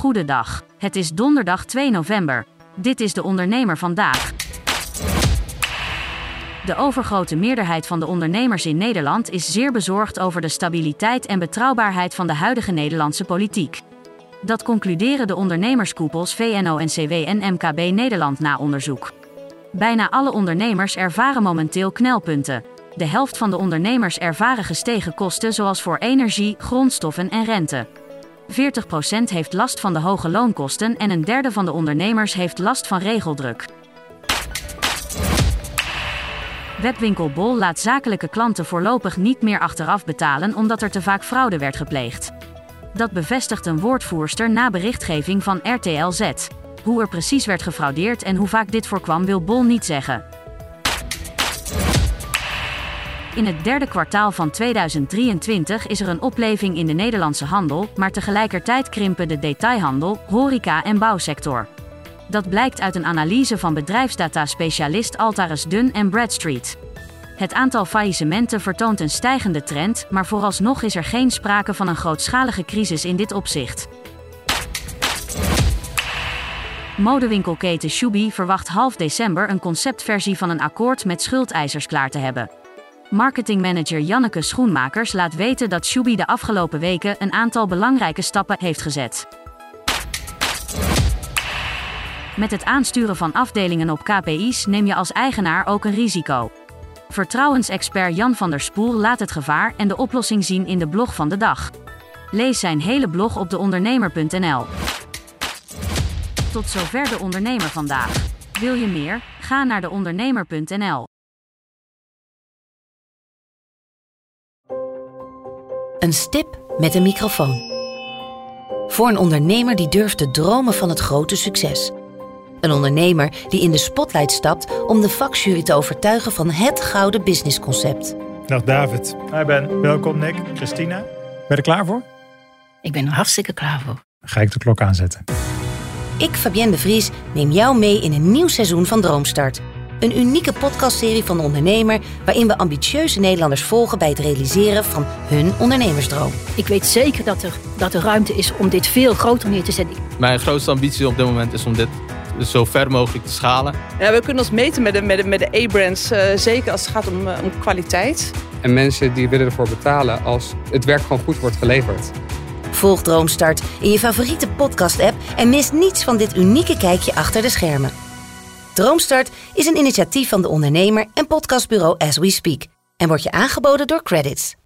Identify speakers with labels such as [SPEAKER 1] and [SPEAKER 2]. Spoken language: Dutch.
[SPEAKER 1] Goedendag. Het is donderdag 2 november. Dit is de ondernemer vandaag. De overgrote meerderheid van de ondernemers in Nederland is zeer bezorgd over de stabiliteit en betrouwbaarheid van de huidige Nederlandse politiek. Dat concluderen de ondernemerskoepels VNO-NCW en MKB Nederland na onderzoek. Bijna alle ondernemers ervaren momenteel knelpunten. De helft van de ondernemers ervaren gestegen kosten zoals voor energie, grondstoffen en rente. 40% heeft last van de hoge loonkosten en een derde van de ondernemers heeft last van regeldruk. Webwinkel Bol laat zakelijke klanten voorlopig niet meer achteraf betalen omdat er te vaak fraude werd gepleegd. Dat bevestigt een woordvoerster na berichtgeving van RTL Z. Hoe er precies werd gefraudeerd en hoe vaak dit voorkwam wil Bol niet zeggen. In het derde kwartaal van 2023 is er een opleving in de Nederlandse handel, maar tegelijkertijd krimpen de detailhandel, horeca en bouwsector. Dat blijkt uit een analyse van bedrijfsdata-specialist Altaris Dun & Bradstreet. Het aantal faillissementen vertoont een stijgende trend, maar vooralsnog is er geen sprake van een grootschalige crisis in dit opzicht. Modewinkelketen Shubi verwacht half december een conceptversie van een akkoord met schuldeisers klaar te hebben. Marketingmanager Janneke Schoenmakers laat weten dat Shubi de afgelopen weken een aantal belangrijke stappen heeft gezet. Met het aansturen van afdelingen op KPI's neem je als eigenaar ook een risico. Vertrouwensexpert Jan van der Spoel laat het gevaar en de oplossing zien in de blog van de dag. Lees zijn hele blog op deondernemer.nl. Tot zover de ondernemer vandaag. Wil je meer? Ga naar deondernemer.nl.
[SPEAKER 2] Een stip met een microfoon. Voor een ondernemer die durft te dromen van het grote succes. Een ondernemer die in de spotlight stapt om de vakjury te overtuigen van het gouden businessconcept.
[SPEAKER 3] Dag David. Hi Ben. Welkom Nick. Christina. Ben je er klaar voor?
[SPEAKER 4] Ik ben er hartstikke klaar voor.
[SPEAKER 3] Dan ga ik de klok aanzetten.
[SPEAKER 2] Ik, Fabienne de Vries, neem jou mee in een nieuw seizoen van Droomstart. Een unieke podcastserie van de ondernemer waarin we ambitieuze Nederlanders volgen bij het realiseren van hun ondernemersdroom.
[SPEAKER 4] Ik weet zeker dat er ruimte is om dit veel groter neer te zetten.
[SPEAKER 5] Mijn grootste ambitie op dit moment is om dit zo ver mogelijk te schalen.
[SPEAKER 6] Ja, we kunnen ons meten met de A-brands, zeker als het gaat om kwaliteit.
[SPEAKER 7] En mensen die willen ervoor betalen als het werk gewoon goed wordt geleverd.
[SPEAKER 2] Volg Droomstart in je favoriete podcast-app en mis niets van dit unieke kijkje achter de schermen. Droomstart is een initiatief van de ondernemer en podcastbureau As We Speak en wordt je aangeboden door Credits.